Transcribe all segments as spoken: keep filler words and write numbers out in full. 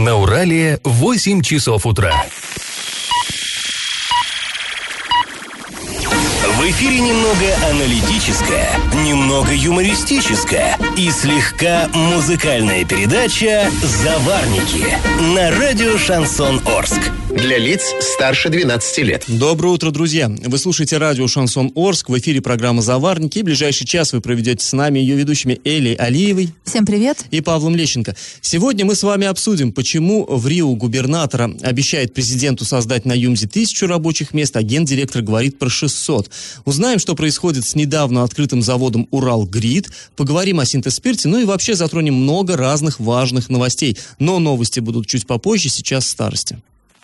На Урале восемь часов утра. В эфире немного аналитическая, немного юмористическая и слегка музыкальная передача «Заварники» на радио «Шансон Орск». Для лиц старше двенадцати лет. Доброе утро, друзья. Вы слушаете радио «Шансон Орск». В эфире программа «Заварники». И ближайший час вы проведете с нами, ее ведущими Элей Алиевой. Всем привет. И Павлом Лещенко. Сегодня мы с вами обсудим, почему в Рио губернатора обещает президенту создать на ЮМЗе тысячу рабочих мест, а гендиректор говорит про шестьсот. Узнаем, что происходит с недавно открытым заводом «Уралгрид». Поговорим о синтез-спирте, ну и вообще затронем много разных важных новостей. Но новости будут чуть попозже, сейчас старости.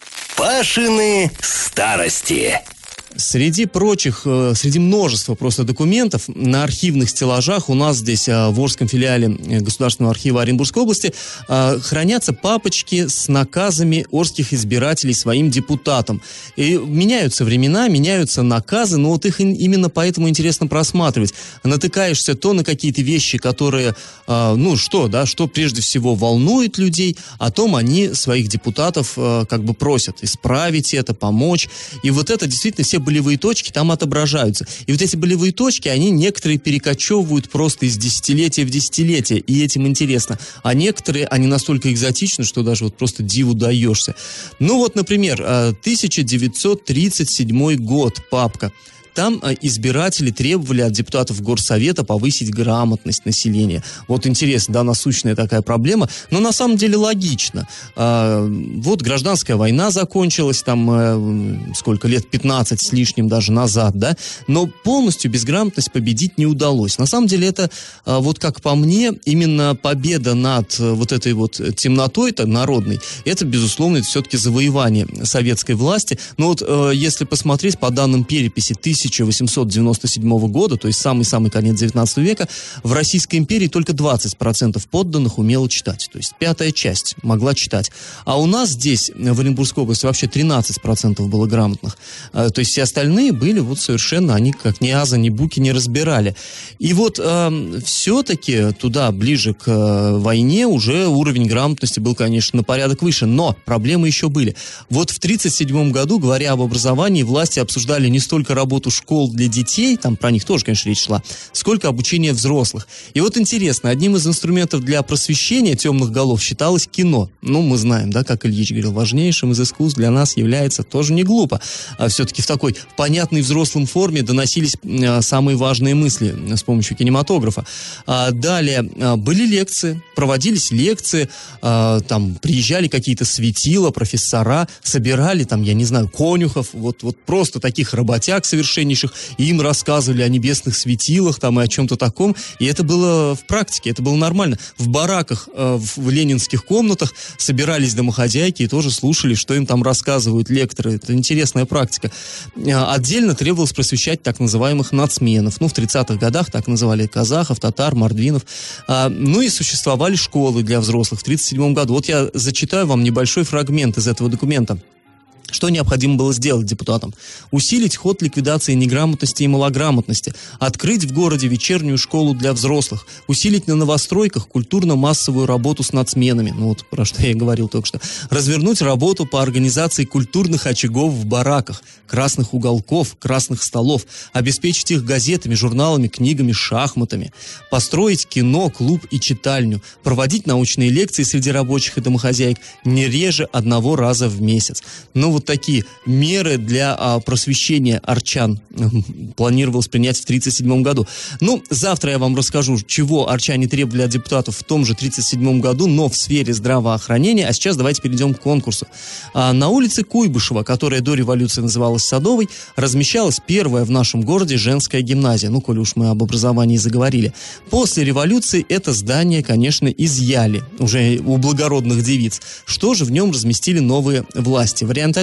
Пашины старости. Среди прочих, среди множества просто документов на архивных стеллажах у нас здесь в Орском филиале Государственного архива Оренбургской области хранятся папочки с наказами орских избирателей своим депутатам. И меняются времена, меняются наказы, но вот их именно поэтому интересно просматривать. Натыкаешься то на какие-то вещи, которые, ну что, да, что прежде всего волнует людей, о том они своих депутатов как бы просят исправить это, помочь. И вот это действительно все болевые точки там отображаются. И вот эти болевые точки, они некоторые перекочевывают просто из десятилетия в десятилетие, и этим интересно. А некоторые, они настолько экзотичны, что даже вот просто диву даешься. Ну вот, например, тысяча девятьсот тридцать седьмой год, папка. Там избиратели требовали от депутатов Горсовета повысить грамотность населения. Вот интересно, да, насущная такая проблема, но на самом деле логично. А, вот гражданская война закончилась, там э, сколько лет, пятнадцать с лишним даже назад, да, но полностью безграмотность победить не удалось. На самом деле это, а, вот как по мне, именно победа над вот этой вот темнотой-то народной, это, безусловно, это все-таки завоевание советской власти. Но вот э, если посмотреть по данным переписи тысяча восемьсот девяносто седьмого года, то есть самый-самый конец девятнадцатого века, в Российской империи только двадцать процентов подданных умело читать. То есть пятая часть могла читать. А у нас здесь, в Оренбургской области, вообще тринадцать процентов было грамотных. То есть все остальные были вот совершенно, они как ни аза, ни буки не разбирали. И вот э, все-таки туда, ближе к э, войне, уже уровень грамотности был, конечно, на порядок выше. Но проблемы еще были. Вот в тридцать седьмом году, говоря об образовании, власти обсуждали не столько работу школ для детей, там про них тоже, конечно, речь шла, сколько обучения взрослых. И вот интересно, одним из инструментов для просвещения темных голов считалось кино. Ну, мы знаем, да, как Ильич говорил, важнейшим из искусств для нас является, тоже не глупо, а все-таки в такой понятной взрослым форме доносились а, самые важные мысли с помощью кинематографа. А, далее а, были лекции, проводились лекции, а, там приезжали какие-то светила, профессора, собирали там, я не знаю, конюхов, вот, вот просто таких работяг совершеннейших, и им рассказывали о небесных светилах там и о чем-то таком, и это было в практике, это было нормально. В бараках, э, в ленинских комнатах собирались домохозяйки и тоже слушали, что им там рассказывают лекторы. Это интересная практика. Отдельно требовалось просвещать так называемых нацменов. Ну, в тридцатых годах так называли казахов, татар, мордвинов. А, ну и существовали школы для взрослых в тридцать седьмом году. Вот я зачитаю вам небольшой фрагмент из этого документа. Что необходимо было сделать депутатам? Усилить ход ликвидации неграмотности и малограмотности, открыть в городе вечернюю школу для взрослых, усилить на новостройках культурно-массовую работу с нацменами, ну вот про что я и говорил только что, развернуть работу по организации культурных очагов в бараках, красных уголков, красных столов, обеспечить их газетами, журналами, книгами, шахматами, построить кино, клуб и читальню, проводить научные лекции среди рабочих и домохозяек не реже одного раза в месяц. Ну, вот такие меры для а, просвещения арчан планировалось принять в тридцать седьмом году. Ну, завтра я вам расскажу, чего арчане требовали от депутатов в том же тридцать седьмом году, но в сфере здравоохранения. А сейчас давайте перейдем к конкурсу. А, на улице Куйбышева, которая до революции называлась Садовой, размещалась первая в нашем городе женская гимназия. Ну, коли уж мы об образовании заговорили. После революции это здание, конечно, изъяли уже у благородных девиц. Что же в нем разместили новые власти? Вариант один.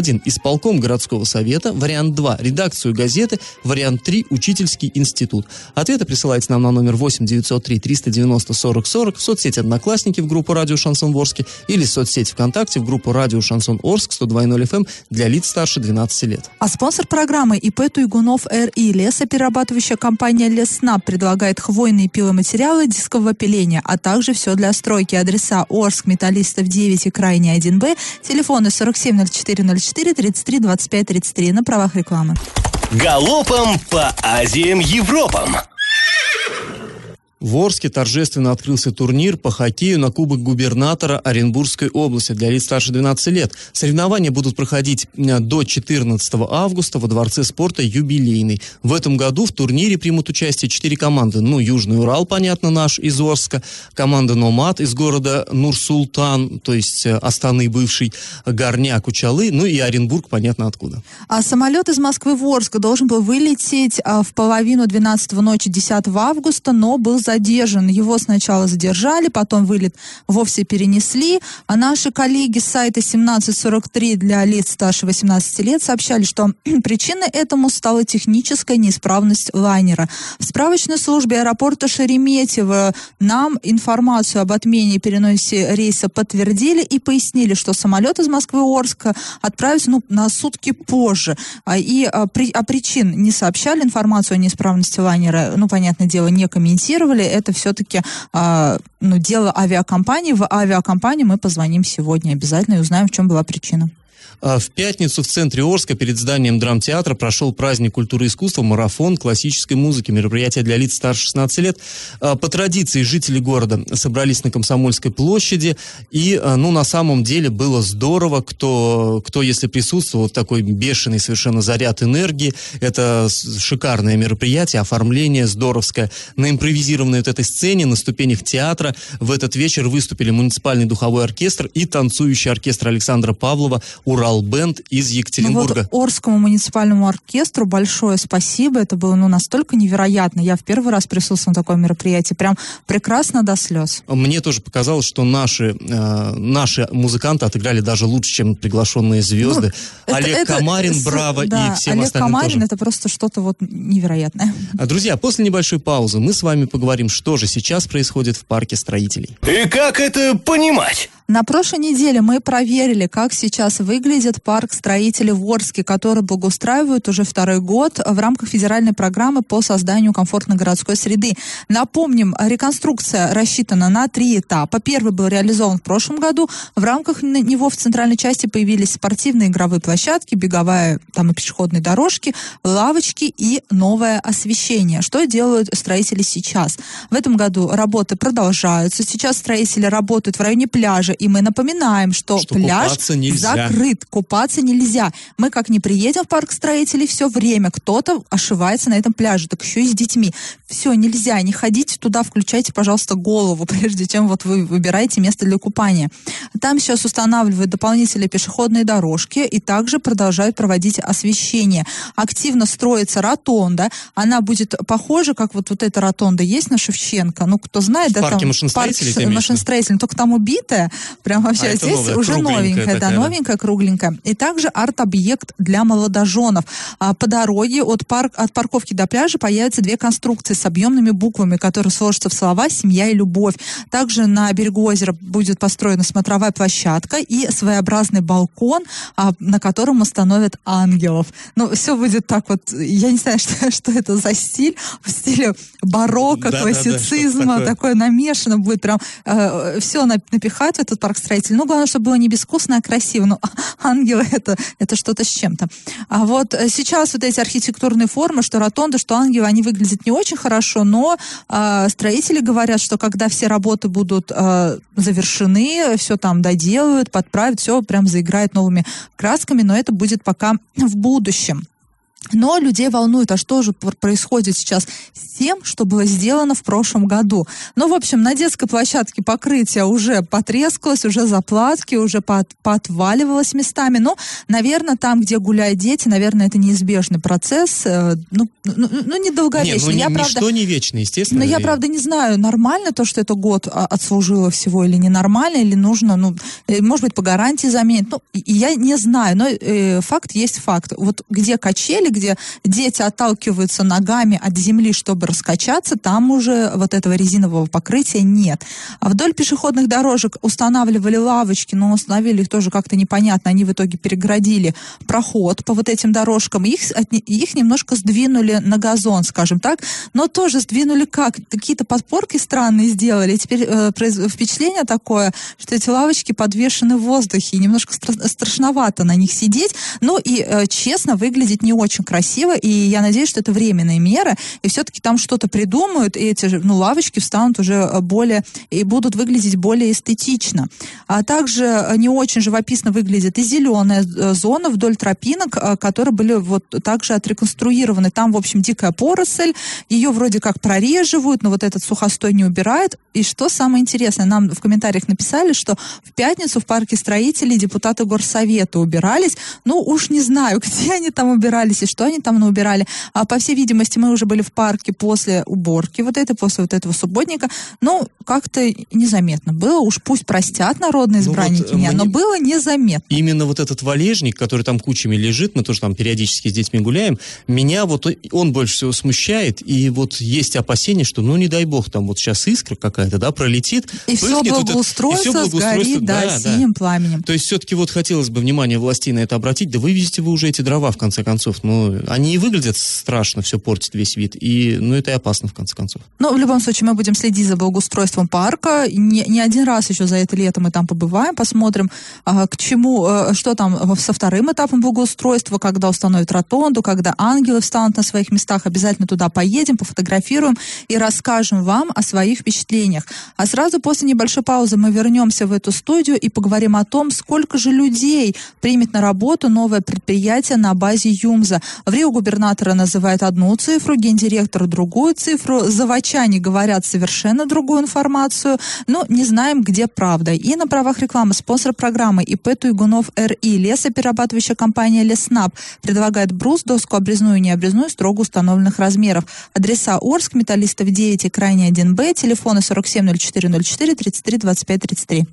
один – исполком городского совета, вариант два – редакцию газеты, вариант три – учительский институт. Ответы присылайте нам на номер восемь девятьсот три триста девяносто сорок сорок в соцсети «Одноклассники» в группу «Радио Шансон Ворске» или в соцсети ВКонтакте в группу «Радио Шансон Орск» сто два и ноль эф эм для лиц старше двенадцати лет. А спонсор программы ИП Туйгунов эр.И. Лесоперерабатывающая компания «Леснаб» предлагает хвойные пиломатериалы дискового пиления, а также все для стройки. Адреса: Орск, Металлистов девять и Крайний один Б. Телефоны сорок семь ноль четыре ноль четыре тридцать три двадцать пять тридцать три. На правах рекламы. Галопом по Азиям Европам. В Орске торжественно открылся турнир по хоккею на Кубок губернатора Оренбургской области для лиц старше двенадцати лет. Соревнования будут проходить до четырнадцатого августа во Дворце спорта «Юбилейный». В этом году в турнире примут участие четыре команды. Ну, Южный Урал, понятно, наш, из Орска. Команда «Номад» из города Нур-Султан, то есть Астаны бывший, Горняк, Учалы, ну и Оренбург, понятно, откуда. А самолет из Москвы в Орск должен был вылететь а, в половину двенадцатого ночи десятого августа, но был задержан. Его сначала задержали, потом вылет вовсе перенесли. А наши коллеги с сайта семнадцать сорок три для лиц старше восемнадцати лет сообщали, что причиной этому стала техническая неисправность лайнера. В справочной службе аэропорта Шереметьево нам информацию об отмене и переносе рейса подтвердили и пояснили, что самолет из Москвы-Орска отправится ну, на сутки позже. И а, при, о причин не сообщали, информацию о неисправности лайнера, ну, понятное дело, не комментировали. Это все-таки а, ну, дело авиакомпании. В авиакомпанию мы позвоним сегодня обязательно и узнаем, в чем была причина. В пятницу в центре Орска перед зданием драмтеатра прошел праздник культуры и искусства «Марафон классической музыки». Мероприятие для лиц старше шестнадцати лет. По традиции жители города собрались на Комсомольской площади. И, ну, на самом деле было здорово, кто, кто если присутствовал, такой бешеный совершенно заряд энергии. Это шикарное мероприятие, оформление здоровское. На импровизированной вот этой сцене, на ступенях театра в этот вечер выступили муниципальный духовой оркестр и танцующий оркестр Александра Павлова «Урал Бенд» из Екатеринбурга. Ну вот Орскому муниципальному оркестру большое спасибо. Это было ну, настолько невероятно. Я в первый раз присутствовала на таком мероприятии. Прям прекрасно до слез. Мне тоже показалось, что наши, э, наши музыканты отыграли даже лучше, чем приглашенные звезды. Ну, Олег это, Камарин, это, браво, да, и всем Олег остальным Камарин, тоже. Это просто что-то вот невероятное. Друзья, после небольшой паузы мы с вами поговорим, что же сейчас происходит в парке строителей. И как это понимать? На прошлой неделе мы проверили, как сейчас выглядит парк строителей в Орске, который благоустраивают уже второй год в рамках федеральной программы по созданию комфортной городской среды. Напомним, реконструкция рассчитана на три этапа. Первый был реализован в прошлом году. В рамках него в центральной части появились спортивные игровые площадки, беговая там и пешеходные дорожки, лавочки и новое освещение. Что делают строители сейчас? В этом году работы продолжаются. Сейчас строители работают в районе пляжа, и мы напоминаем, что, что пляж нельзя. закрыт, купаться нельзя. Мы как не приедем в парк строителей, все время кто-то ошивается на этом пляже, так еще и с детьми. Все, нельзя, не ходите туда, включайте, пожалуйста, голову, прежде чем вот вы выбираете место для купания. Там сейчас устанавливают дополнительные пешеходные дорожки и также продолжают проводить освещение. Активно строится ротонда, она будет похожа, как вот, вот эта ротонда есть на Шевченко, ну, кто знает, в да, парке там машиностроителей, парк машиностроителей, только там убитая, прям вообще, а здесь новая, уже новенькая, да, такая, новенькая, кругленькая. И также арт-объект для молодоженов. А по дороге от, парк, от парковки до пляжа появятся две конструкции с объемными буквами, которые сложатся в слова «семья» и «любовь». Также на берегу озера будет построена смотровая площадка и своеобразный балкон, а, на котором установят ангелов. Ну, все будет так вот, я не знаю, что, что это за стиль, в стиле барокко, да, классицизма, да, да, такое. такое намешано будет, прям э, все напихать в этот парк строителей. Ну, главное, чтобы было не безвкусно, а красиво. Ну, ангелы это, это что-то с чем-то. А вот сейчас вот эти архитектурные формы, что ротонда, что ангелы, они выглядят не очень хорошо, но э, строители говорят, что когда все работы будут э, завершены, все там доделают, подправят, все прям заиграет новыми красками, но это будет пока в будущем. Но людей волнует, а что же происходит сейчас с тем, что было сделано в прошлом году. Ну, в общем, на детской площадке покрытие уже потрескалось, уже заплатки, уже поот, поотваливалось местами. Ну, наверное, там, где гуляют дети, наверное, это неизбежный процесс, э, ну, ну, ну, недолговечный. Нет, ну, я, ничто правда, не вечно, естественно. Но я, правда, не знаю, нормально то, что это год отслужило всего, или ненормально, или нужно, ну, может быть, по гарантии заменить. Ну, я не знаю, но э, факт есть факт. Вот где качели, где дети отталкиваются ногами от земли, чтобы раскачаться, там уже вот этого резинового покрытия нет. А вдоль пешеходных дорожек устанавливали лавочки, но установили их тоже как-то непонятно. Они в итоге переградили проход по вот этим дорожкам. Их, их немножко сдвинули на газон, скажем так, но тоже сдвинули как? Какие-то подпорки странные сделали. И теперь э, впечатление такое, что эти лавочки подвешены в воздухе, и немножко стра- страшновато на них сидеть. Ну и, э, честно, выглядит не очень красиво, и я надеюсь, что это временные меры, и все-таки там что-то придумают, и эти же, ну, лавочки встанут уже более, и будут выглядеть более эстетично. А также не очень живописно выглядит и зеленая зона вдоль тропинок, которые были вот также отреконструированы. Там, в общем, дикая поросль, ее вроде как прореживают, но вот этот сухостой не убирают. И что самое интересное, нам в комментариях написали, что в пятницу в парке строителей депутаты горсовета убирались. Ну, уж не знаю, где они там убирались и что они там наубирали. А, по всей видимости, мы уже были в парке после уборки вот этой, после вот этого субботника. Ну, как-то незаметно было. Уж пусть простят народные избранники ну вот, меня, мне... но было незаметно. Именно вот этот валежник, который там кучами лежит, мы тоже там периодически с детьми гуляем, меня вот он больше всего смущает, и вот есть опасения, что, ну, не дай бог, там вот сейчас искра какая-то, да, пролетит. И все благоустройство вот сгорит, да, да, синим да. пламенем. То есть все-таки вот хотелось бы внимание властей на это обратить, да вывезите вы уже эти дрова, в конце концов. Ну, они и выглядят страшно, все портит весь вид, и, ну, это и опасно, в конце концов. Ну, в любом случае, мы будем следить за благоустройством парка. Не, не один раз еще за это лето мы там побываем, посмотрим, а, к чему, а, что там со вторым этапом благоустройства, когда установят ротонду, когда ангелы встанут на своих местах. Обязательно туда поедем, пофотографируем и расскажем вам о своих впечатлениях. А сразу после небольшой паузы мы вернемся в эту студию и поговорим о том, сколько же людей примет на работу новое предприятие на базе ЮМЗа. В Рио губернатора называют одну цифру, гендиректор другую цифру, заводчане говорят совершенно другую информацию, но не знаем, где правда. И на правах рекламы спонсор программы ИП Туйгунов РИ, лесоперерабатывающая компания Леснаб, предлагает брус, доску обрезную и необрезную строго установленных размеров. Адреса: Орск, Металлистов девять и Крайний один Б, телефоны сорок семь ноль четыре ноль четыре тридцать три двадцать пять тридцать три.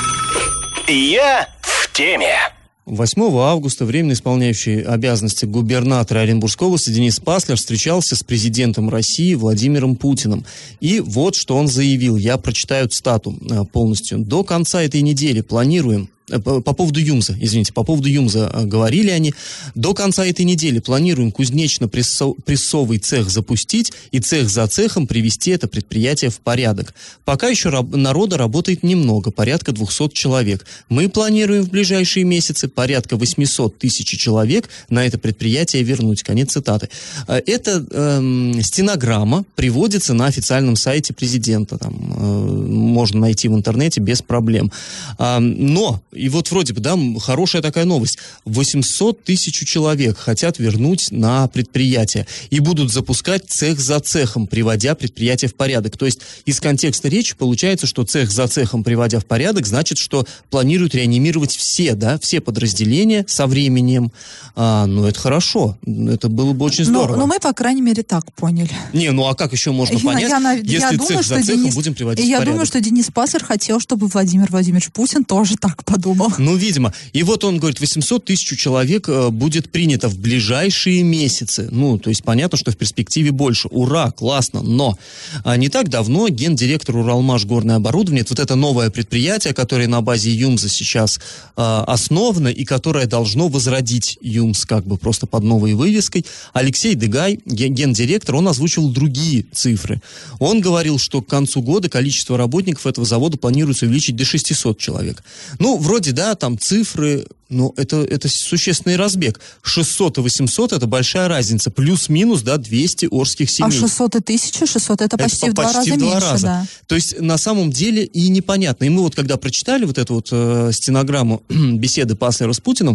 Я в теме. восьмого августа временно исполняющий обязанности губернатора Оренбургской области Денис Паслер встречался с президентом России Владимиром Путиным. И вот что он заявил. Я прочитаю цитату полностью. «До конца этой недели планируем». По, по поводу ЮМЗа, извините, по поводу ЮМЗа а, говорили они. До конца этой недели планируем кузнечно-прессовый цех запустить и цех за цехом привести это предприятие в порядок. Пока еще раб- народа работает немного, порядка двухсот человек. Мы планируем в ближайшие месяцы порядка восемьсот тысяч человек на это предприятие вернуть. Конец цитаты. Эта э, стенограмма приводится на официальном сайте президента. Там э, можно найти в интернете без проблем. А, но и вот вроде бы, да, хорошая такая новость. восемьсот тысяч человек хотят вернуть на предприятие и будут запускать цех за цехом, приводя предприятие в порядок. То есть из контекста речи получается, что цех за цехом, приводя в порядок, значит, что планируют реанимировать все, да, все подразделения со временем. А, ну, это хорошо. Это было бы очень здорово. Но, но мы, по крайней мере, так поняли. Не, ну а как еще можно я, понять, я, если я цех думаю, за цехом Денис, будем приводить я в порядок? Я думаю, что Денис Паслер хотел, чтобы Владимир Владимирович Путин тоже так подумал. Ну, видимо. И вот он говорит, восемьсот тысяч человек э, будет принято в ближайшие месяцы. Ну, то есть понятно, что в перспективе больше. Ура, классно. Но а, не так давно гендиректор Уралмаш горное оборудование, вот это новое предприятие, которое на базе ЮМЗа сейчас э, основано и которое должно возродить ЮМЗ как бы просто под новой вывеской, Алексей Дыгай, ген- гендиректор, он озвучивал другие цифры. Он говорил, что к концу года количество работников этого завода планируется увеличить до шестисот человек. Ну, вроде, да, там цифры, но это, это существенный разбег. шестьсот и восемьсот – это большая разница. Плюс-минус, да, двести орских семей. А шестьсот и тысяча, шестьсот – это почти это в два почти раза в два меньше, раза. Да. То есть, на самом деле, и непонятно. И мы вот, когда прочитали вот эту вот э, стенограмму беседы Паслера с Путиным,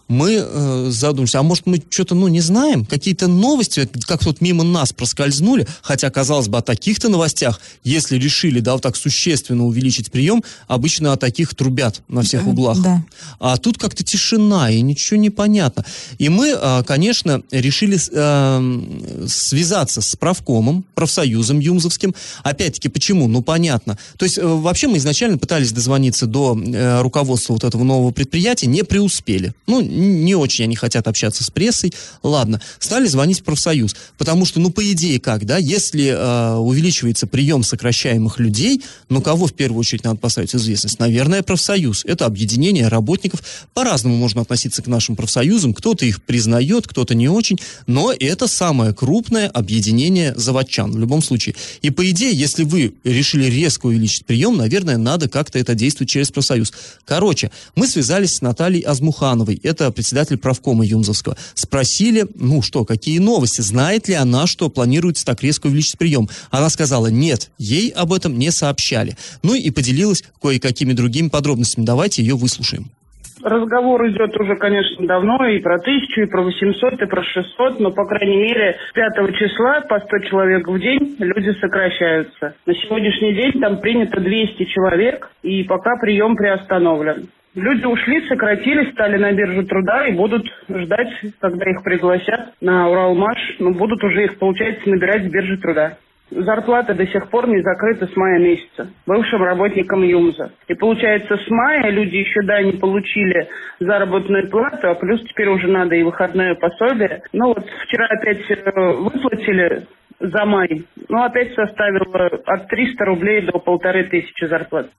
мы э, задумаемся, а может мы что-то, ну, не знаем? Какие-то новости, как тут мимо нас проскользнули, хотя, казалось бы, о таких-то новостях, если решили, да, вот так существенно увеличить прием, обычно о таких трубят на всех углах. Да. А тут как-то тишина, и ничего не понятно. И мы, э, конечно, решили э, связаться с правкомом, профсоюзом юмзовским. Опять-таки, почему? Ну, понятно. То есть, э, вообще мы изначально пытались дозвониться до э, руководства вот этого нового предприятия, не преуспели. Ну, не очень они хотят общаться с прессой. Ладно, стали звонить в профсоюз. Потому что, ну, по идее, как, да, если э, увеличивается прием сокращаемых людей, ну, кого в первую очередь надо поставить в известность? Наверное, профсоюз. Это объединение работников. По-разному можно относиться к нашим профсоюзам. Кто-то их признает, кто-то не очень. Но это самое крупное объединение заводчан в любом случае. И, по идее, если вы решили резко увеличить прием, наверное, надо как-то это действовать через профсоюз. Короче, мы связались с Натальей Азмухановой. Это председатель правкома Юмзовского. Спросили, ну что, какие новости? Знает ли она, что планируется так резко увеличить прием? Она сказала, нет, ей об этом не сообщали. Ну и поделилась кое-какими другими подробностями. Давайте ее выслушаем. Разговор идет уже, конечно, давно и про тысячу, и про восемьсот, и про шестьсот, но, по крайней мере, с пятого числа по сто человек в день люди сокращаются. На сегодняшний день там принято двести человек, и пока прием приостановлен. Люди ушли, сократились, стали на бирже труда и будут ждать, когда их пригласят на Уралмаш, но будут уже их, получается, набирать с биржи труда. Зарплата до сих пор не закрыта с мая месяца бывшим работникам ЮМЗа. И получается, с мая люди еще, да, не получили заработную плату, а плюс теперь уже надо и выходное пособие. Ну вот вчера опять выплатили за май, ну опять составило от триста рублей до полторы тысячи зарплат.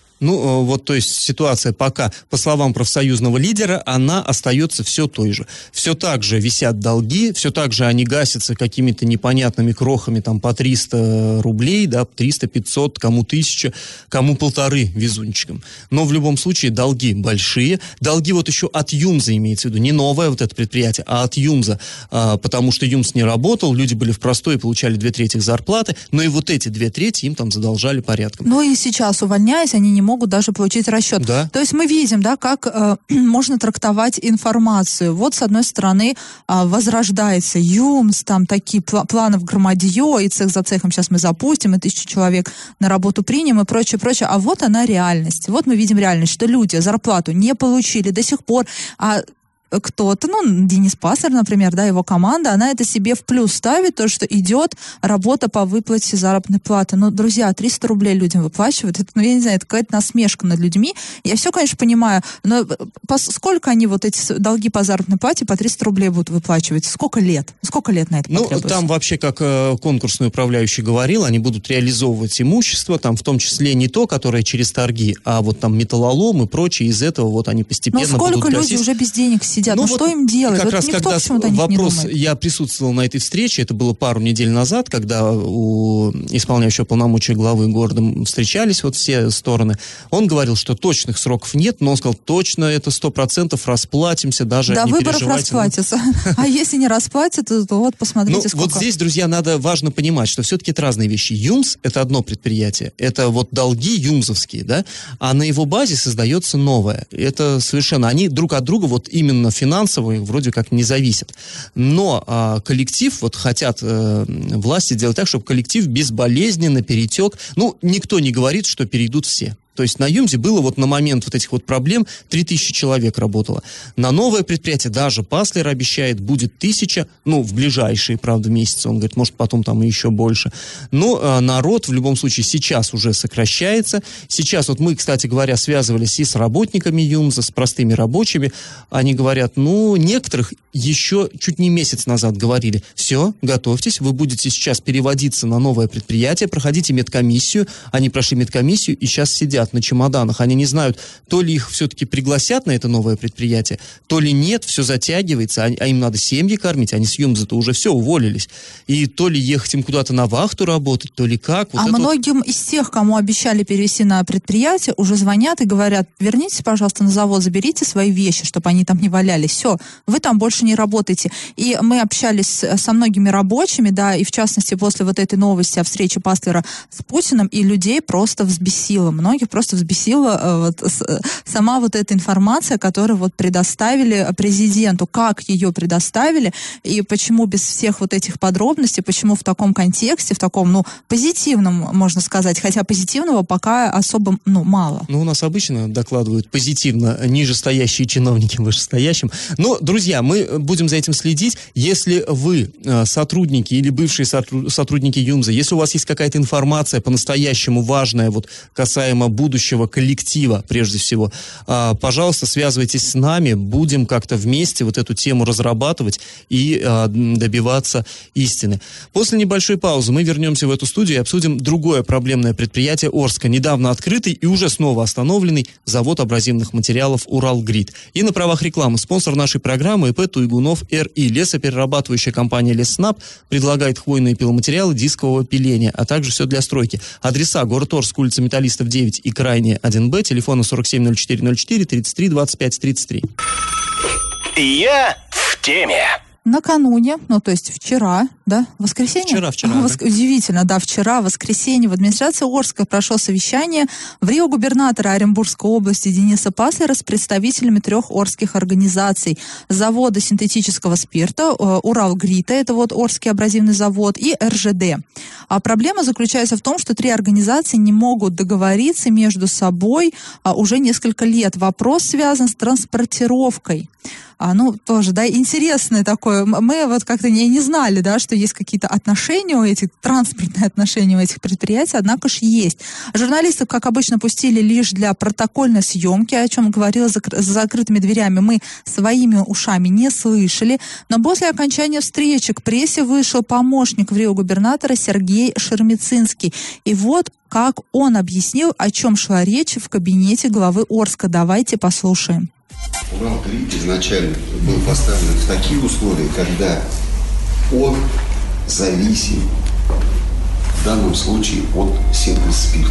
Ну, вот, то есть ситуация пока, по словам профсоюзного лидера, она остается все той же. Все так же висят долги, все так же они гасятся какими-то непонятными крохами, там, по триста рублей, да, триста, пятьсот, кому тысяча, кому полторы везунчикам. Но в любом случае долги большие. Долги вот еще от Юмза имеется в виду, не новое вот это предприятие, а от Юмза, а, потому что Юмз не работал, люди были в простой и получали две трети зарплаты, но и вот эти две трети им там задолжали порядком. Ну и сейчас, увольняясь, они не могут даже получить расчет. Да. То есть мы видим, да, как э, можно трактовать информацию. Вот, с одной стороны, э, возрождается ЮМС, там такие пл- планы в громадье, и цех за цехом сейчас мы запустим, и тысячу человек на работу примем, и прочее, прочее. А вот она реальность. Вот мы видим реальность, что люди зарплату не получили до сих пор, а кто-то, ну, Денис Паслер, например, да, его команда, она это себе в плюс ставит, то, что идет работа по выплате заработной платы. Ну, друзья, триста рублей людям выплачивают, это, ну, я не знаю, это какая-то насмешка над людьми. Я все, конечно, понимаю, но по, сколько они вот эти долги по заработной плате по триста рублей будут выплачивать? Сколько лет? Сколько лет на это Ну, потребуется? там вообще, как э, конкурсный управляющий говорил, они будут реализовывать имущество, там в том числе не то, которое через торги, а вот там металлолом и прочее, из этого вот они постепенно ну, сколько будут люди гасить. уже без денег сидят? Ну, ну вот что им делать? Как вот раз никто когда почему-то о них вопрос, не думает. я присутствовал на этой встрече, это было пару недель назад, когда у исполняющего полномочия главы города встречались вот все стороны, он говорил, что точных сроков нет, но он сказал, точно это сто процентов расплатимся, даже до не выборов переживайте. расплатятся. А если не расплатятся, то вот посмотрите, сколько. Вот здесь, друзья, надо важно понимать, что все-таки это разные вещи. ЮМС — это одно предприятие, это вот долги юмзовские, да, а на его базе создается новое. Это совершенно, они друг от друга вот именно финансово вроде как не зависят. Но а, коллектив, вот хотят а, власти сделать так, чтобы коллектив безболезненно перетек. Ну, никто не говорит, что перейдут все. То есть на ЮМЗе было вот на момент вот этих вот проблем три тысячи человек работало. На новое предприятие даже Паслер обещает, будет тысяча, ну, в ближайшие, правда, месяцы. Он говорит, может, потом там и еще больше. Но э, народ в любом случае сейчас уже сокращается. Сейчас вот мы, кстати говоря, связывались и с работниками ЮМЗа, с простыми рабочими. Они говорят, ну, некоторых еще чуть не месяц назад говорили, все, готовьтесь, вы будете сейчас переводиться на новое предприятие, проходите медкомиссию. Они прошли медкомиссию и сейчас сидят на чемоданах. Они не знают, то ли их все-таки пригласят на это новое предприятие, то ли нет, все затягивается, а, а им надо семьи кормить, они с ЮМЗа-то уже все уволились. И то ли ехать им куда-то на вахту работать, то ли как. Вот а многим вот... из тех, кому обещали перевести на предприятие, уже звонят и говорят, вернитесь, пожалуйста, на завод, заберите свои вещи, чтобы они там не валялись. Все, вы там больше не работаете. И мы общались со многими рабочими, да, и в частности после вот этой новости о встрече Паслера с Путиным, и людей просто взбесило. Многих просто взбесила вот, сама вот эта информация, которую вот предоставили президенту. Как ее предоставили и почему без всех вот этих подробностей, почему в таком контексте, в таком, ну, позитивном, можно сказать, хотя позитивного пока особо, ну, мало. Ну, у нас обычно докладывают позитивно нижестоящие чиновники вышестоящим. Но, друзья, мы будем за этим следить. Если вы сотрудники или бывшие сотрудники ЮМЗа, если у вас есть какая-то информация по-настоящему важная, вот, касаемо будущего коллектива, прежде всего, пожалуйста, связывайтесь с нами, будем как-то вместе вот эту тему разрабатывать и добиваться истины. После небольшой паузы мы вернемся в эту студию и обсудим другое проблемное предприятие Орска, недавно открытый и уже снова остановленный завод абразивных материалов «Уралгрид». И на правах рекламы спонсор нашей программы ИП Туйгунов эр.и. Лесоперерабатывающая компания «Леснаб» предлагает хвойные пиломатериалы дискового пиления, а также все для стройки. Адреса: город Орск, улица Металлистов, девять и Крайняя, один Б, телефоны сорок семь ноль четыре ноль четыре, тридцать три двадцать пять тридцать три. Я в теме. Накануне, ну, то есть вчера, да, воскресенье? Вчера, вчера. Воск... Да. Удивительно, да, вчера, воскресенье, в администрации Орска прошло совещание в Рио губернатора Оренбургской области Дениса Паслера с представителями трех орских организаций: завода синтетического спирта, Уралгрита, это вот Орский абразивный завод, и эр жэ дэ. А проблема заключается в том, что три организации не могут договориться между собой а, уже несколько лет. Вопрос связан с транспортировкой. А, ну, тоже, да, интересное такое. Мы вот как-то не, не знали, да, что есть какие-то отношения у этих, транспортные отношения у этих предприятий, однако же есть. Журналистов, как обычно, пустили лишь для протокольной съемки, о чем говорила за, за закрытыми дверями. Мы своими ушами не слышали. Но после окончания встречи к прессе вышел помощник в Рио губернатора Сергей Шермицинский. И вот как он объяснил, о чем шла речь в кабинете главы Орска. Давайте послушаем. Уралгрид изначально был поставлен в такие условия, когда он зависим в данном случае от синтеза спирта.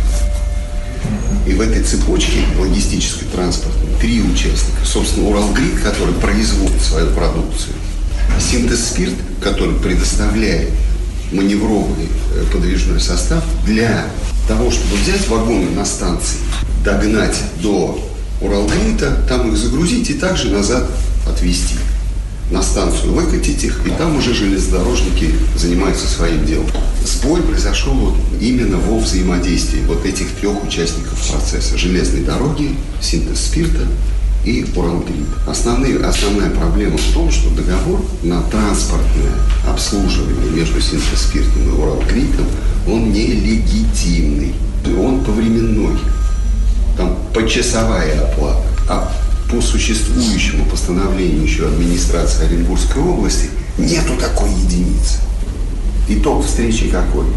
И в этой цепочке логистической, транспортной три участника. Собственно, Уралгрид, который производит свою продукцию, синтез спирт, который предоставляет маневровый подвижной состав для того, чтобы взять вагоны на станции, догнать до Уралгрида, там их загрузить и также назад отвезти. На станцию выкатить их, и там уже железнодорожники занимаются своим делом. Сбой произошел вот именно во взаимодействии вот этих трех участников процесса: железной дороги, синтез спирта и Уралгрид. Основные, основная проблема в том, что договор на транспортное обслуживание между синтез спиртом и Уралгридом, он нелегитимный, он повременной. Там почасовая оплата. А по существующему постановлению еще администрации Оренбургской области нету такой единицы. Итог встречи какой?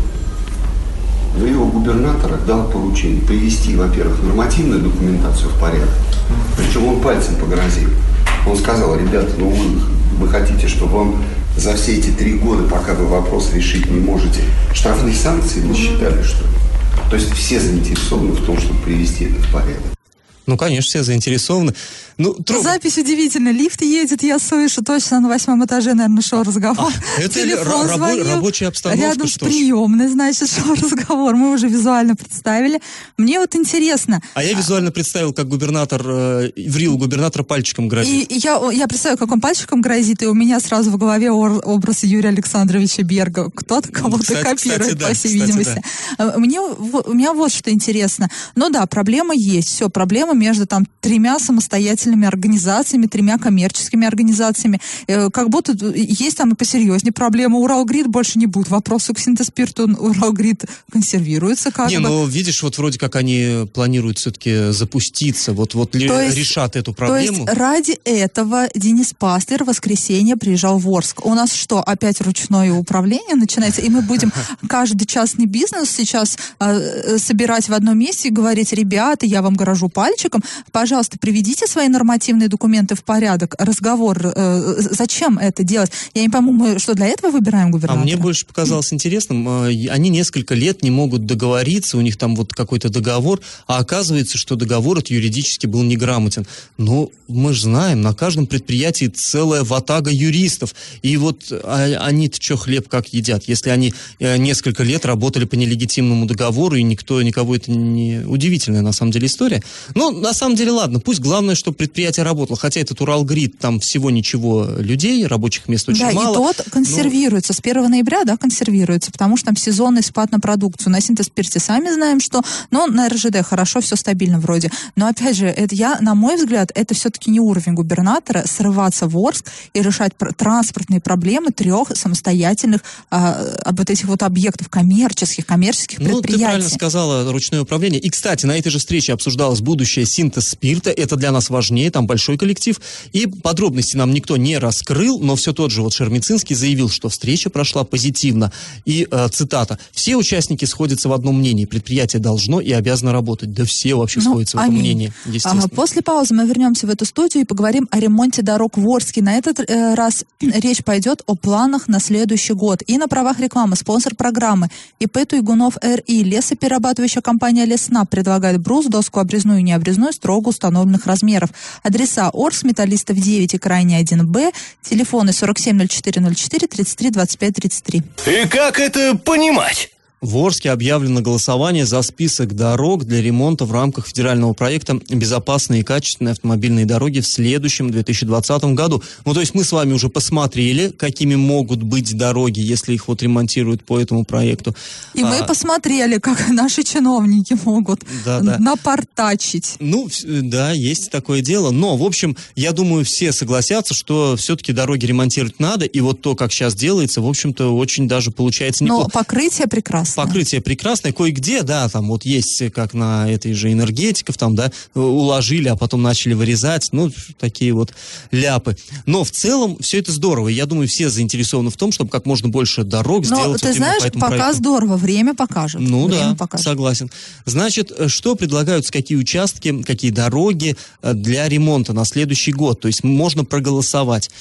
В Рио губернатора дал поручение привести, во-первых, нормативную документацию в порядок. Причем он пальцем погрозил. Он сказал: ребята, ну вы, вы хотите, чтобы вам за все эти три года, пока вы вопрос решить не можете, штрафные санкции насчитали, что ли? То есть все заинтересованы в том, чтобы привести это в порядок. Ну, конечно, все заинтересованы. Ну, трудно. Запись удивительная. Лифт едет, я слышу, точно на восьмом этаже, наверное, шел разговор. А, это Телефон рабо- звонил, рабочая обстановка, рядом что с приемной, значит, шел разговор. Мы уже визуально представили. Мне вот интересно. А я визуально представил, как губернатор, э, в Рио губернатора пальчиком грозит. И, и я, я представила, как он пальчиком грозит, и у меня сразу в голове образ Юрия Александровича Берга. Кто-то кого-то кстати, копирует, кстати, да, по всей кстати, видимости. Да. Мне, у меня вот что интересно. Ну да, проблема есть. Все, проблема между там тремя самостоятельными организациями, тремя коммерческими организациями. Э, как будто есть там и посерьезнее проблема. Уралгрид больше не будет. Вопросы к синтез-спирту. Уралгрид консервируется как не, бы. Не, ну видишь, вот вроде как они планируют все-таки запуститься, вот, вот ли, есть, решат эту проблему. То есть ради этого Денис Паслер в воскресенье приезжал в Орск. У нас что, опять ручное управление начинается? И мы будем каждый частный бизнес сейчас э, собирать в одном месте и говорить: ребята, я вам грожу пальчиком, подрядчиком, пожалуйста, приведите свои нормативные документы в порядок, разговор, э, зачем это делать? Я не пойму, мы что, для этого выбираем губернатора? А мне больше показалось интересным, они несколько лет не могут договориться, у них там вот какой-то договор, а оказывается, что договор этот юридически был неграмотен. Но мы же знаем, на каждом предприятии целая ватага юристов, и вот они-то что, хлеб как едят, если они несколько лет работали по нелегитимному договору, и никто, никого это не... Удивительная, на самом деле, история. Ну, на самом деле, ладно, пусть главное, чтобы предприятие работало, хотя этот Уралгрид, там всего ничего людей, рабочих мест очень да, мало. Да, и тот консервируется, но... с первого ноября, да, консервируется, потому что там сезонный спад на продукцию. На Синтез-Спирте сами знаем, что, ну, на эр жэ дэ хорошо, все стабильно вроде. Но, опять же, это я, на мой взгляд, это все-таки не уровень губернатора срываться в Орск и решать пр- транспортные проблемы трех самостоятельных а, вот этих вот объектов коммерческих, коммерческих ну, предприятий. Ну, ты правильно сказала, ручное управление. И, кстати, на этой же встрече обсуждалось будущее Синтез-Спирта. Это для нас важнее, там большой коллектив. И подробности нам никто не раскрыл, но все тот же вот Шермицинский заявил, что встреча прошла позитивно. И, э, цитата, «Все участники сходятся в одном мнении. Предприятие должно и обязано работать». Да все вообще ну, сходятся в этом мнении, естественно. Ага, после паузы мы вернемся в эту студию и поговорим о ремонте дорог в Орске. На этот э, раз речь пойдет о планах на следующий год. И на правах рекламы спонсор программы и пэ Туйгунов эр и, лесоперерабатывающая компания «Леснаб» предлагает брус, доску обрезную и необрезную строго установленных размеров. Адреса: Орск, Металлистов девять и Крайний один Б, телефоны сорок семь ноль четыре ноль четыре тридцать три двадцать пять тридцать три. И как это понимать? В Орске объявлено голосование за список дорог для ремонта в рамках федерального проекта «Безопасные и качественные автомобильные дороги» в следующем две тысячи двадцатом году. Ну, то есть мы с вами уже посмотрели, какими могут быть дороги, если их вот ремонтируют по этому проекту. И а... мы посмотрели, как наши чиновники могут да, да. напортачить. Ну, да, есть такое дело. Но, в общем, я думаю, все согласятся, что все-таки дороги ремонтировать надо. И вот то, как сейчас делается, в общем-то, очень даже получается неплохо. Но покрытие прекрасно. Покрытие прекрасное, кое-где, да, там вот есть, как на этой же энергетиков, там, да, уложили, а потом начали вырезать, ну, такие вот ляпы. Но в целом все это здорово, и я думаю, все заинтересованы в том, чтобы как можно больше дорог Но, сделать. ты знаешь, пока проекту. Здорово, время покажет. Ну время да, покажет. Согласен. Значит, что предлагаются, какие участки, какие дороги для ремонта на следующий год, то есть можно проголосовать.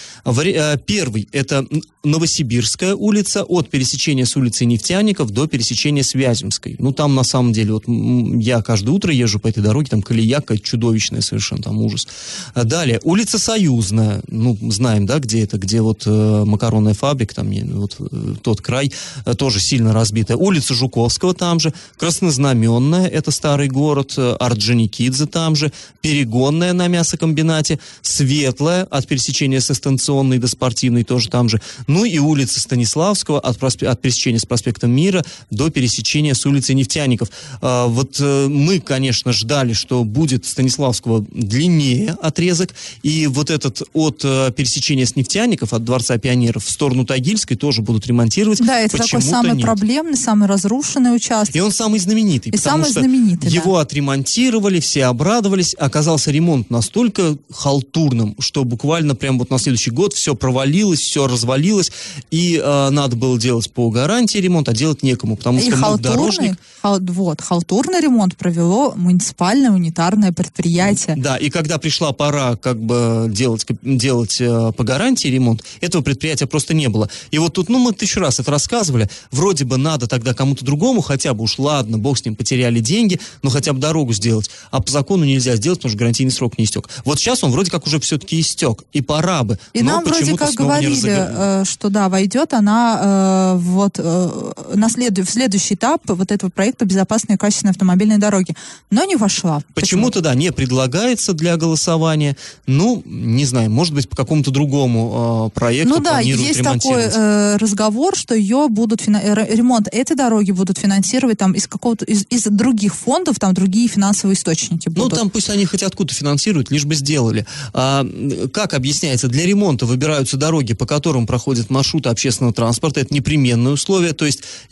Первый, это Новосибирская улица, от пересечения с улицей Нефтяников до пересечения с Вяземской. Ну, там, на самом деле, вот я каждое утро езжу по этой дороге, там колея какая-то чудовищная совершенно, там ужас. Далее, улица Союзная, ну, знаем, да, где это, где вот э, макаронная фабрика, там вот э, тот край, э, тоже сильно разбитая. Улица Жуковского там же, Краснознаменная, это старый город, э, Орджоникидзе там же, Перегонная на мясокомбинате, Светлая, от пересечения со Станционной до Спортивной, тоже там же. Ну, и улица Станиславского, от, просп... от пересечения с проспектом Мира до пересечения с улицей Нефтяников. А, вот э, мы, конечно, ждали, что будет Станиславского длиннее отрезок, и вот этот от э, пересечения с Нефтяников, от Дворца Пионеров в сторону Тагильской тоже будут ремонтировать. Да, это такой самый нет. проблемный, самый разрушенный участок. И он самый знаменитый, и потому самый что знаменитый, его да. отремонтировали, все обрадовались, оказался ремонт настолько халтурным, что буквально прям вот на следующий год все провалилось, все развалилось, и э, надо было делать по гарантии ремонт, а делать некому, потому и что дорожник... Хал, вот, халтурный ремонт провело муниципальное унитарное предприятие. Да, и когда пришла пора как бы делать, делать э, по гарантии ремонт, этого предприятия просто не было. И вот тут, ну, мы тысячу раз это рассказывали, вроде бы надо тогда кому-то другому, хотя бы уж ладно, бог с ним, потеряли деньги, но хотя бы дорогу сделать. А по закону нельзя сделать, потому что гарантийный срок не истек. Вот сейчас он вроде как уже все-таки истек, и пора бы. И но нам вроде как говорили, э, что да, войдет она э, вот э, на следу, в следующий этап вот этого проекта «Безопасные и качественные автомобильные дороги», но не вошла. Почему-то, да, не предлагается для голосования. Ну, не знаю, может быть, по какому-то другому э, проекту ну, да, планируют есть ремонтировать. такой э, разговор, что ее будут фина... ремонт этой дороги будут финансировать там из какого-то из, из других фондов, там другие финансовые источники будут. Ну, там пусть они хоть откуда финансируют, лишь бы сделали. А, как объясняется, для ремонта выбираются дороги, по которым проходят маршруты общественного транспорта. Это непременное условие. То есть, если вы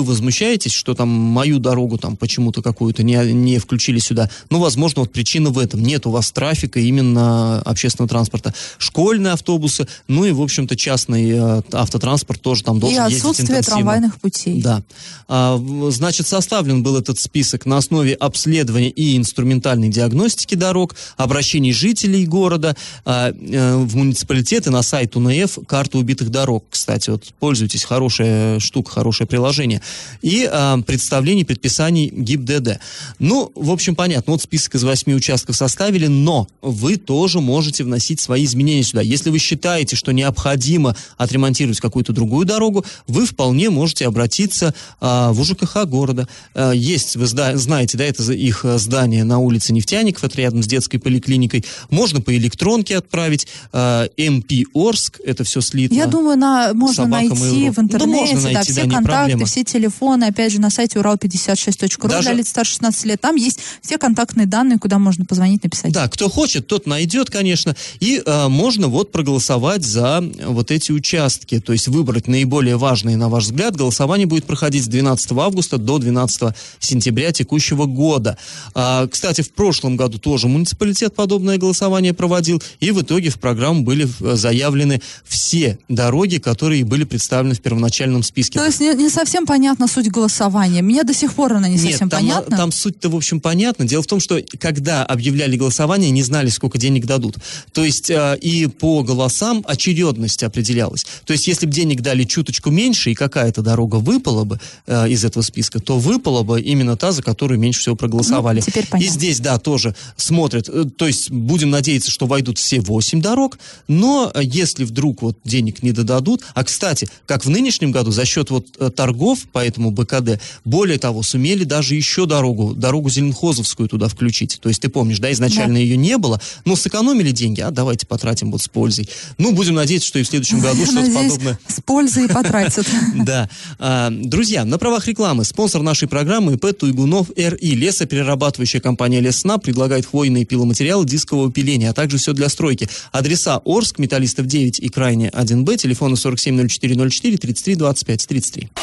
вы возмущаетесь, что там мою дорогу там почему-то какую-то не, не включили сюда, ну, возможно, вот причина в этом. Нет у вас трафика именно общественного транспорта. Школьные автобусы, ну и, в общем-то, частный э, автотранспорт тоже там должен ездить интенсивно. И отсутствие трамвайных путей. Да. А, значит, составлен был этот список на основе обследования и инструментальной диагностики дорог, обращений жителей города а, э, в муниципалитеты, на сайт УНФ, карта убитых дорог, кстати, вот пользуйтесь, хорошая штука, хорошее приложение, и а, представлений, предписаний ГИБДД. Ну, в общем, понятно, вот список из восьми участков составили, но вы тоже можете вносить свои изменения сюда. Если вы считаете, что необходимо отремонтировать какую-то другую дорогу, вы вполне можете обратиться а, в УЖКХ города. А, есть, вы зда- знаете, да, это их здание на улице Нефтяников, это рядом с детской поликлиникой. Можно по электронке отправить. А, эм пи Орск, это все слито. Я думаю, на, можно Собака найти в интернете, ну, можно найти, да, все да, контакты, проблема. все телефоны, опять же, на сайте урал пятьдесят шесть точка ру Даже... для лиц старше шестнадцати лет. Там есть все контактные данные, куда можно позвонить, написать. Да, кто хочет, тот найдет, конечно. И а, можно вот проголосовать за вот эти участки, то есть выбрать наиболее важные, на ваш взгляд. Голосование будет проходить с двенадцатого августа до двенадцатого сентября текущего года. А, кстати, в прошлом году тоже муниципалитет подобное голосование проводил, и в итоге в программу были заявлены все дороги, которые были представлены в первоначальном списке. То есть не, не совсем понятна суть голосования. Мне до сих пор она не Нет, совсем там, понятна. Там суть-то, в общем, понятна. Дело в том, что когда объявляли голосование, не знали, сколько денег дадут. То есть э, и по голосам очередность определялась. То есть если бы денег дали чуточку меньше, и какая-то дорога выпала бы э, из этого списка, то выпала бы именно та, за которую меньше всего проголосовали. Ну, теперь понятно. И здесь, да, тоже смотрят. Э, то есть будем надеяться, что войдут все восемь дорог, но э, если вдруг вот денег не додадут, а, кстати, как в нынешнем году, за счет вот э, торгов по этому бэ ка дэ, более того, сумели даже еще дорогу, дорогу Зеленхозовскую туда включить. То есть ты помнишь, да, изначально да. ее не было, но сэкономили деньги, а давайте потратим вот с пользой. Ну, будем надеяться, что и в следующем году что-то подобное. С пользой потратят. Да. Друзья, на правах рекламы спонсор нашей программы ИП Туйгунов эр и. Лесоперерабатывающая компания Лесснаб предлагает хвойные пиломатериалы дискового пиления, а также все для стройки. Адреса: Орск, Металлистов девять и Крайне один бэ, телефоны сорок семь ноль четыре ноль четыре, тридцать три двадцать пять тридцать три.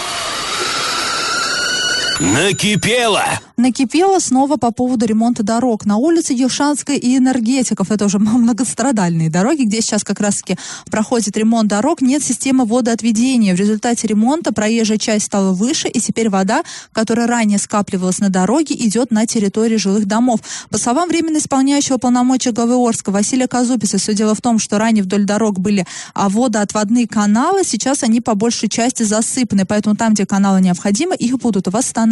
Накипело! Накипело снова по поводу ремонта дорог. На улице Елшанской и Энергетиков, это уже многострадальные дороги, где сейчас как раз-таки проходит ремонт дорог, нет системы водоотведения. В результате ремонта проезжая часть стала выше, и теперь вода, которая ранее скапливалась на дороге, идет на территории жилых домов. По словам временно исполняющего полномочия главы Орска Василия Казупица, все дело в том, что ранее вдоль дорог были водоотводные каналы, сейчас они по большей части засыпаны, поэтому там, где каналы необходимы, их будут восстанавливать.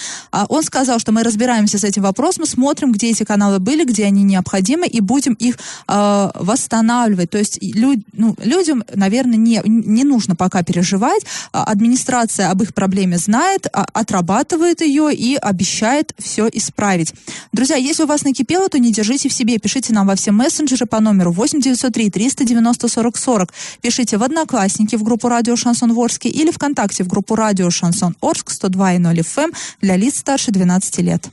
Он сказал, что мы разбираемся с этим вопросом, смотрим, где эти каналы были, где они необходимы, и будем их э, восстанавливать. То есть люд, ну, людям, наверное, не, не нужно пока переживать. Администрация об их проблеме знает, отрабатывает ее и обещает все исправить. Друзья, если у вас накипело, то не держите в себе. Пишите нам во все мессенджеры по номеру восемь девятьсот три триста девяносто сорок сорок. Пишите в Одноклассники в группу «Радио Шансон Орск» или ВКонтакте в группу «Радио Шансон Орск» сто два и ноль эф эм для лиц старше двенадцати лет.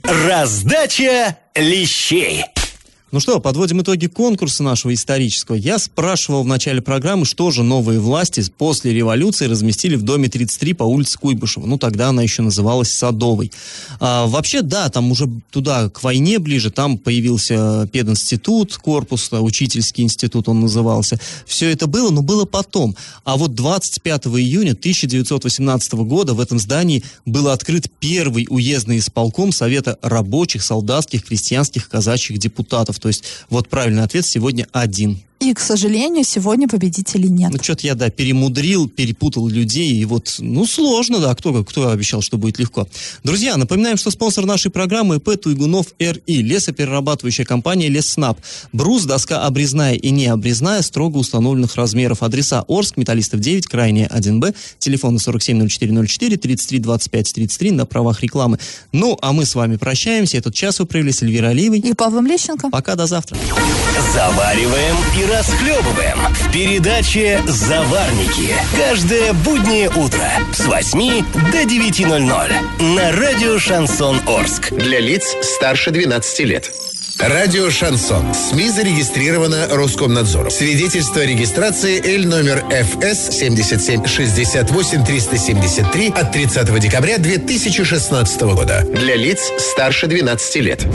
Раздача лещей. Ну что, подводим итоги конкурса нашего исторического. Я спрашивал в начале программы, что же новые власти после революции разместили в доме тридцать три по улице Куйбышева. Ну, тогда она еще называлась Садовой. А, вообще, да, там уже туда, к войне ближе, там появился пединститут, корпус, учительский институт он назывался. Все это было, но было потом. А вот двадцать пятого июня тысяча девятьсот восемнадцатого года в этом здании был открыт первый уездный исполком Совета рабочих, солдатских, крестьянских, казачьих депутатов. То есть, вот правильный ответ сегодня один. И, к сожалению, сегодня победителей нет. Ну, что-то я, да, перемудрил, перепутал людей, и вот, ну, сложно, да, кто, кто обещал, что будет легко. Друзья, напоминаем, что спонсор нашей программы ИП Туйгунов эр и. Лесоперерабатывающая компания Лесснаб. Брус, доска обрезная и необрезная, строго установленных размеров. Адреса: Орск, Металлистов девять, Крайне один бэ, телефоны сорок семь ноль четыре ноль четыре, тридцать три двадцать пять тридцать три на правах рекламы. Ну, а мы с вами прощаемся. Этот час вы провели с Эльвирой Алиевой и Павлом Лещенко. Пока, до завтра. Завариваем и расхлебываем в передаче «Заварники». Каждое буднее утро с восьми до девяти ноль ноль на радио «Шансон Орск». Для лиц старше двенадцати лет. Радио «Шансон». СМИ зарегистрировано Роскомнадзором. Свидетельство о регистрации Л номер Ф С семь семь шесть восемь три семь три от тридцатого декабря две тысячи шестнадцатого года. Для лиц старше двенадцати лет.